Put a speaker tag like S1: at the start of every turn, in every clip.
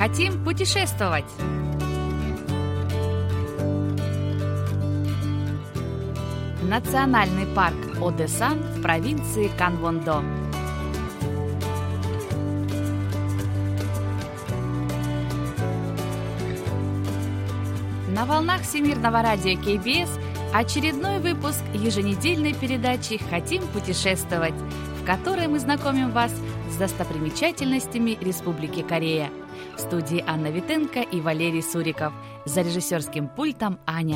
S1: Хотим путешествовать! Национальный парк Одэсан в провинции Канвондо. На волнах Всемирного радио КБС очередной выпуск еженедельной передачи «Хотим путешествовать», в которой мы знакомим вас с достопримечательностями Республики Корея. В студии Анна Витенко и Валерий Суриков. За режиссерским пультом Аня.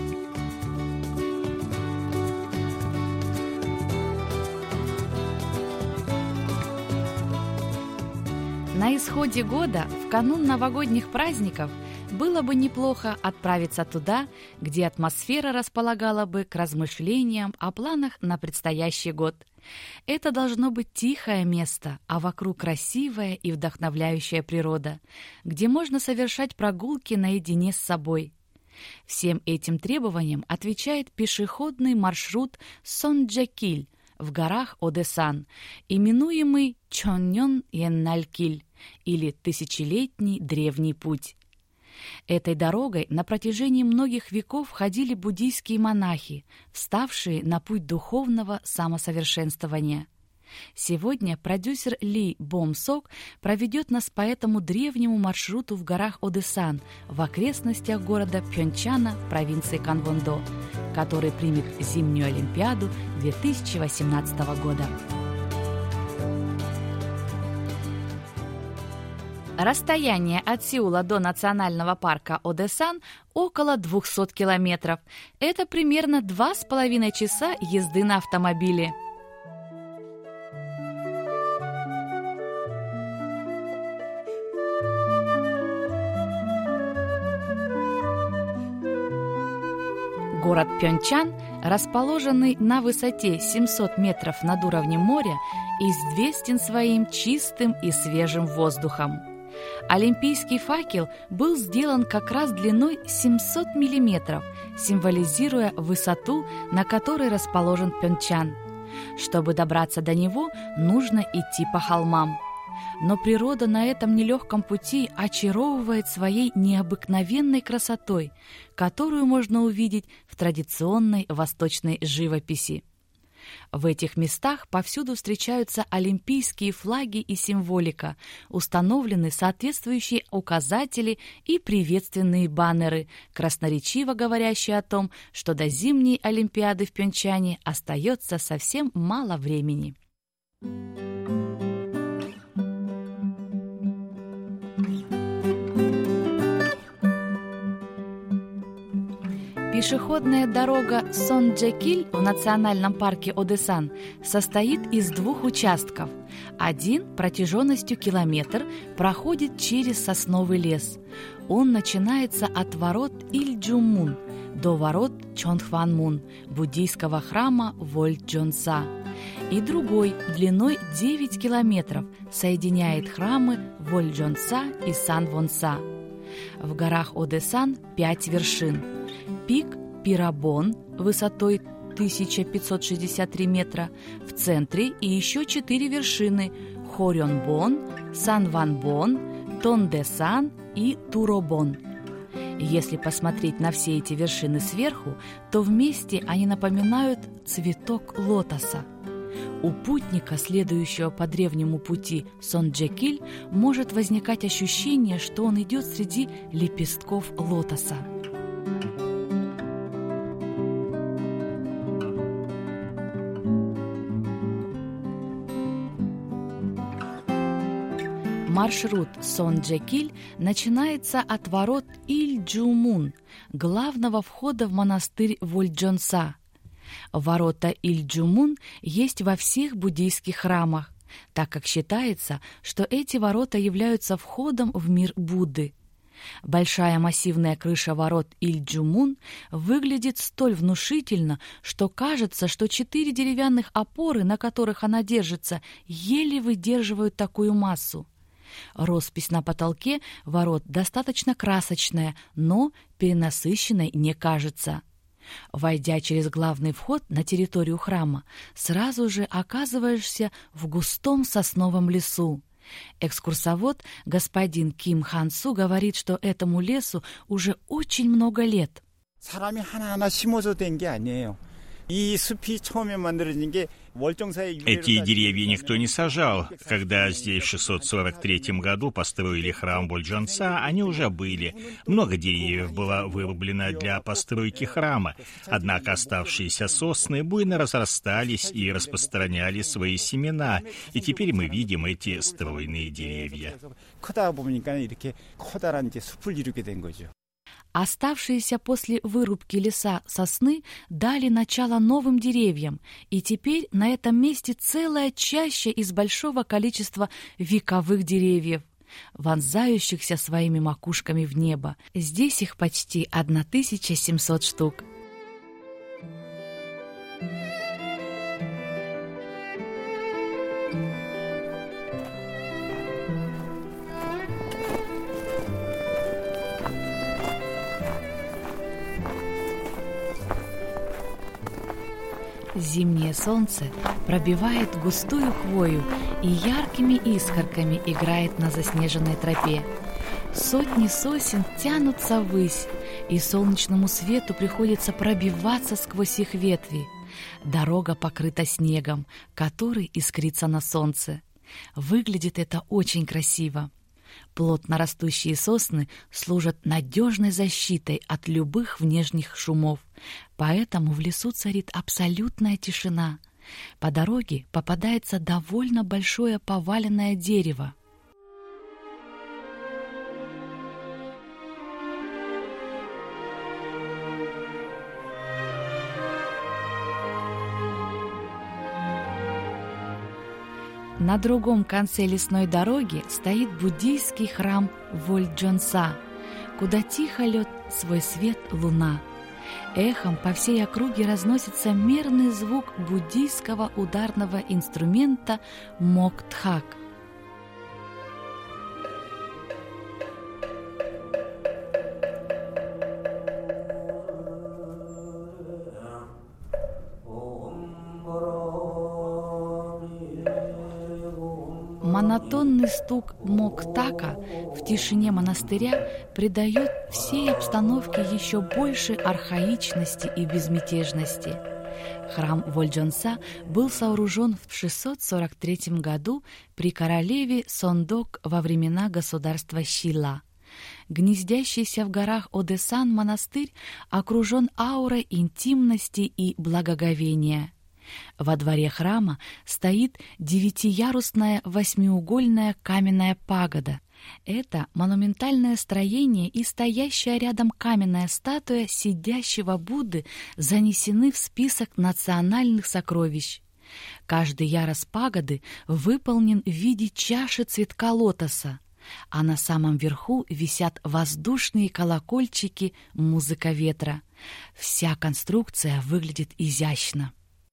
S1: На исходе года, в канун новогодних праздников, было бы неплохо отправиться туда, где атмосфера располагала бы к размышлениям о планах на предстоящий год. Это должно быть тихое место, а вокруг красивая и вдохновляющая природа, где можно совершать прогулки наедине с собой. Всем этим требованиям отвечает пешеходный маршрут Сонджекиль в горах Одэсан, именуемый Чоннён-Енналькиль или «Тысячелетний древний путь». Этой дорогой на протяжении многих веков ходили буддийские монахи, вставшие на путь духовного самосовершенствования. Сегодня продюсер Ли Бом-сок проведет нас по этому древнему маршруту в горах Одэсан в окрестностях города Пхёнчана в провинции Канвондо, который примет зимнюю Олимпиаду 2018 года. Расстояние от Сеула до национального парка Одэсан около 200 километров. Это примерно 2,5 часа езды на автомобиле. Город Пхёнчан, расположенный на высоте 700 метров над уровнем моря, известен своим чистым и свежим воздухом. Олимпийский факел был сделан как раз длиной 700 миллиметров, символизируя высоту, на которой расположен Пхёнчан. Чтобы добраться до него, нужно идти по холмам. Но природа на этом нелегком пути очаровывает своей необыкновенной красотой, которую можно увидеть в традиционной восточной живописи. В этих местах повсюду встречаются олимпийские флаги и символика, установлены соответствующие указатели и приветственные баннеры, красноречиво говорящие о том, что до зимней Олимпиады в Пхёнчане остается совсем мало времени. Пешеходная дорога Сонджекиль в национальном парке Одэсан состоит из двух участков. Один протяженностью километр проходит через сосновый лес. Он начинается от ворот Ильджуммун до ворот Чонхванмун, буддийского храма Вольджонса. И другой длиной 9 километров соединяет храмы Вольджонса и Санвонса. В горах Одэсан 5 вершин. Пик Пирабон высотой 1563 метра, в центре и еще 4 вершины – Хорёнбон, Санванбон, Тондесан и Туробон. Если посмотреть на все эти вершины сверху, то вместе они напоминают цветок лотоса. У путника, следующего по древнему пути Сонджекиль, может возникать ощущение, что он идет среди лепестков лотоса. Маршрут Сонджекиль начинается от ворот Ильджуммун, главного входа в монастырь Вольджонса. Ворота Ильджуммун есть во всех буддийских храмах, так как считается, что эти ворота являются входом в мир Будды. Большая массивная крыша ворот Ильджуммун выглядит столь внушительно, что кажется, что 4 деревянных опоры, на которых она держится, еле выдерживают такую массу. Роспись на потолке ворот достаточно красочная, но перенасыщенной не кажется. Войдя через главный вход на территорию храма, сразу же оказываешься в густом сосновом лесу. Экскурсовод господин Ким Хан Су говорит, что этому лесу уже очень много лет.
S2: 사람이 하나하나 심어서 된 게 아니에요. 이 숲이 처음에 만들어진 게 월정사의
S3: Эти деревья никто не сажал. Когда здесь в 643 году построили храм Вольджонса, они уже были. Много деревьев было вырублено для постройки храма, однако оставшиеся сосны буйно разрастались и распространяли свои семена, и теперь мы видим эти стройные деревья.
S2: 크다 보니까 이렇게 커다란 이제 숲을 이루게 된 거죠.
S1: Оставшиеся после вырубки леса сосны дали начало новым деревьям, и теперь на этом месте целая чаща из большого количества вековых деревьев, вонзающихся своими макушками в небо. Здесь их почти 1700 штук. Зимнее солнце пробивает густую хвою и яркими искорками играет на заснеженной тропе. Сотни сосен тянутся ввысь, и солнечному свету приходится пробиваться сквозь их ветви. Дорога покрыта снегом, который искрится на солнце. Выглядит это очень красиво. Плотно растущие сосны служат надежной защитой от любых внешних шумов, поэтому в лесу царит абсолютная тишина. По дороге попадается довольно большое поваленное дерево. На другом конце лесной дороги стоит буддийский храм Вольджонса, куда тихо льет свой свет луна. Эхом по всей округе разносится мерный звук буддийского ударного инструмента моктхак. Монотонный стук моктака в тишине монастыря придает всей обстановке еще больше архаичности и безмятежности. Храм Вольджонса был сооружен в 643 году при королеве Сондок во времена государства Шила. Гнездящийся в горах Одесан монастырь окружен аурой интимности и благоговения. Во дворе храма стоит 9-ярусная восьмиугольная каменная пагода. Это монументальное строение и стоящая рядом каменная статуя сидящего Будды занесены в список национальных сокровищ. Каждый ярус пагоды выполнен в виде чаши цветка лотоса, а на самом верху висят воздушные колокольчики «Музыка ветра». Вся конструкция выглядит изящно.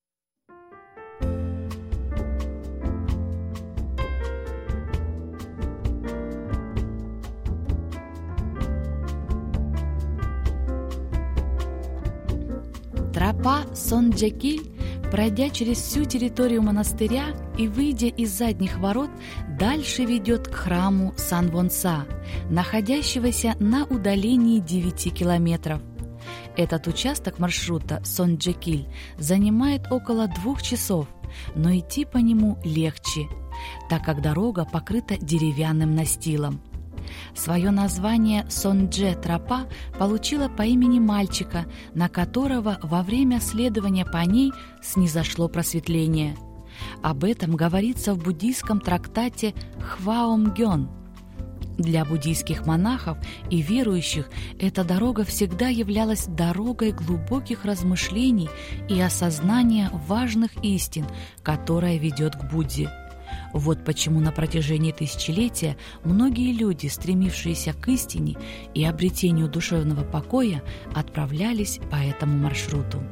S1: Тропа Сонджекиль, пройдя через всю территорию монастыря и выйдя из задних ворот, дальше ведет к храму Санвонса, находящегося на удалении 9 километров. Этот участок маршрута Сонджекиль занимает около 2 часов, но идти по нему легче, так как дорога покрыта деревянным настилом. Свое название Сондже-тропа получила по имени мальчика, на которого во время следования по ней снизошло просветление. Об этом говорится в буддийском трактате Хваомгён. Для буддийских монахов и верующих эта дорога всегда являлась дорогой глубоких размышлений и осознания важных истин, которая ведет к Будде. Вот почему на протяжении тысячелетия многие люди, стремившиеся к истине и обретению душевного покоя, отправлялись по этому маршруту.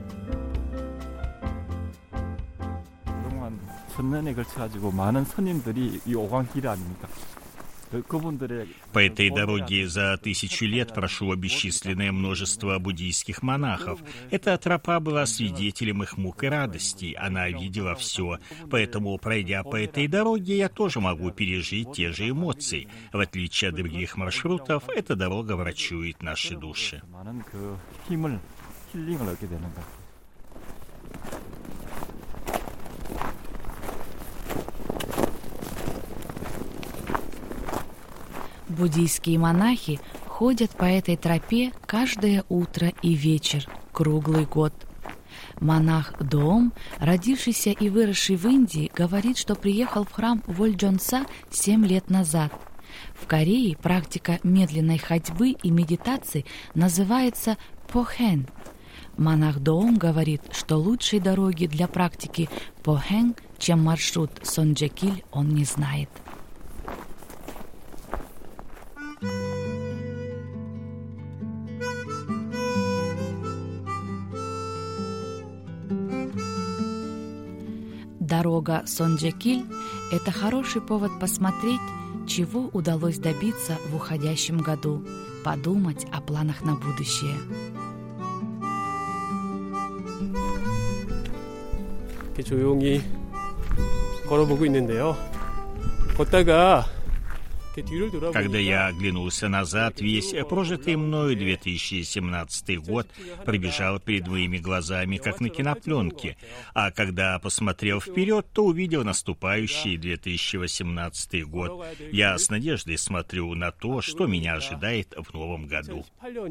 S2: 그동안 천년에 걸쳐가지고 많은 스님들이 이 오광길 아닙니까?
S3: По этой дороге за 1000 лет прошло бесчисленное множество буддийских монахов. Эта тропа была свидетелем их мук и радостей. Она видела все. Поэтому, пройдя по этой дороге, я тоже могу пережить те же эмоции. В отличие от других маршрутов, эта дорога врачует наши души.
S1: Буддийские монахи ходят по этой тропе каждое утро и вечер, круглый год. Монах Доом, родившийся и выросший в Индии, говорит, что приехал в храм Вольджонса 7 лет назад. В Корее практика медленной ходьбы и медитации называется похэн. Монах Доом говорит, что лучшей дороги для практики похэн, чем маршрут Сонджекиль, он не знает. Дорога Сонджекиль – это хороший повод посмотреть, чего удалось добиться в уходящем году, подумать о планах на будущее.
S4: 조용히 걸어보고 있는데요. 걷다가
S3: Когда я оглянулся назад, весь прожитый мною 2017 год пробежал перед моими глазами, как на кинопленке. А когда посмотрел вперед, то увидел наступающий 2018 год. Я с надеждой смотрю на то, что меня ожидает в новом году.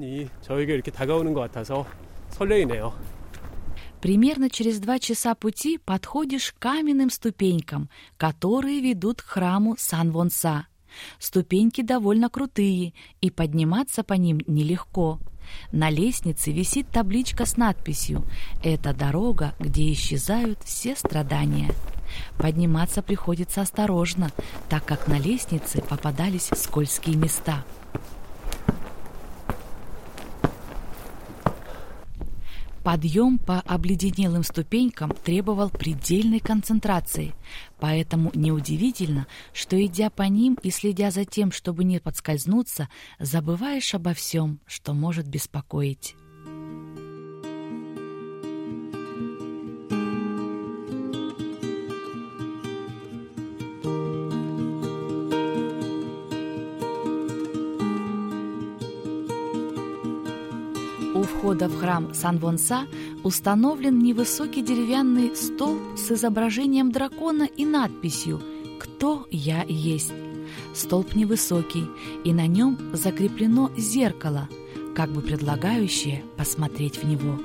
S1: Примерно через 2 часа пути подходишь к каменным ступенькам, которые ведут к храму Санвонса. Ступеньки довольно крутые, и подниматься по ним нелегко. На лестнице висит табличка с надписью «Это дорога, где исчезают все страдания». Подниматься приходится осторожно, так как на лестнице попадались скользкие места. Подъем по обледенелым ступенькам требовал предельной концентрации, поэтому неудивительно, что, идя по ним и следя за тем, чтобы не подскользнуться, забываешь обо всем, что может беспокоить. У входа в храм Санвонса установлен невысокий деревянный столб с изображением дракона и надписью «Кто я есть?». Столб невысокий, и на нем закреплено зеркало, как бы предлагающее посмотреть в него.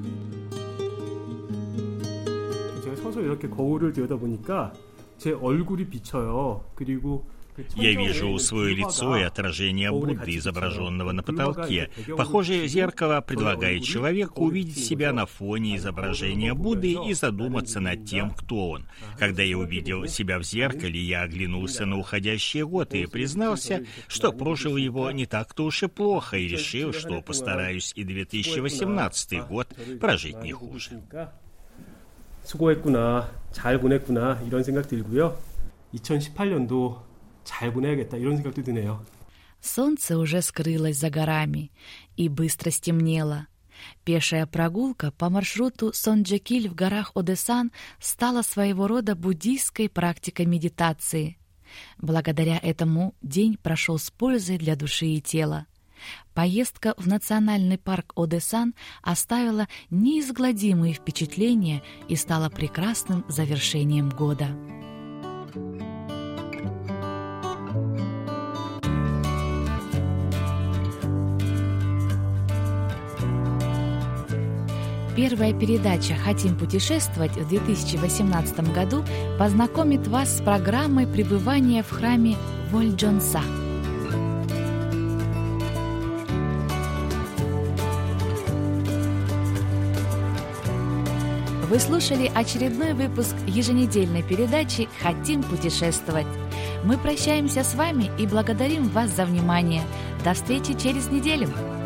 S4: 제가 서서 이렇게 거울을 들여다보니까 제 얼굴이 비쳐요. 그리고
S3: Я вижу свое лицо и отражение Будды, изображенного на потолке. Похожее зеркало предлагает человеку увидеть себя на фоне изображения Будды и задуматься над тем, кто он. Когда я увидел себя в зеркале, я оглянулся на уходящий год и признался, что прожил его не так-то уж и плохо, и решил, что постараюсь и 2018 год прожить не хуже.
S4: 수고했구나, 잘 보냈구나 이런 생각 들고요. 2018년도 잘 보내야겠다 이런 생각도 드네요.
S1: Солнце уже скрылось за горами, и быстро стемнело. Пешая прогулка по маршруту Сонджекиль в горах Одесан стала своего рода буддийской практикой медитации. Благодаря этому день прошел с пользой для души и тела. Поездка в национальный парк Одесан оставила неизгладимые впечатления и стала прекрасным завершением года. Первая передача «Хотим путешествовать» в 2018 году познакомит вас с программой пребывания в храме Вольджонса. Вы слушали очередной выпуск еженедельной передачи «Хотим путешествовать». Мы прощаемся с вами и благодарим вас за внимание. До встречи через неделю!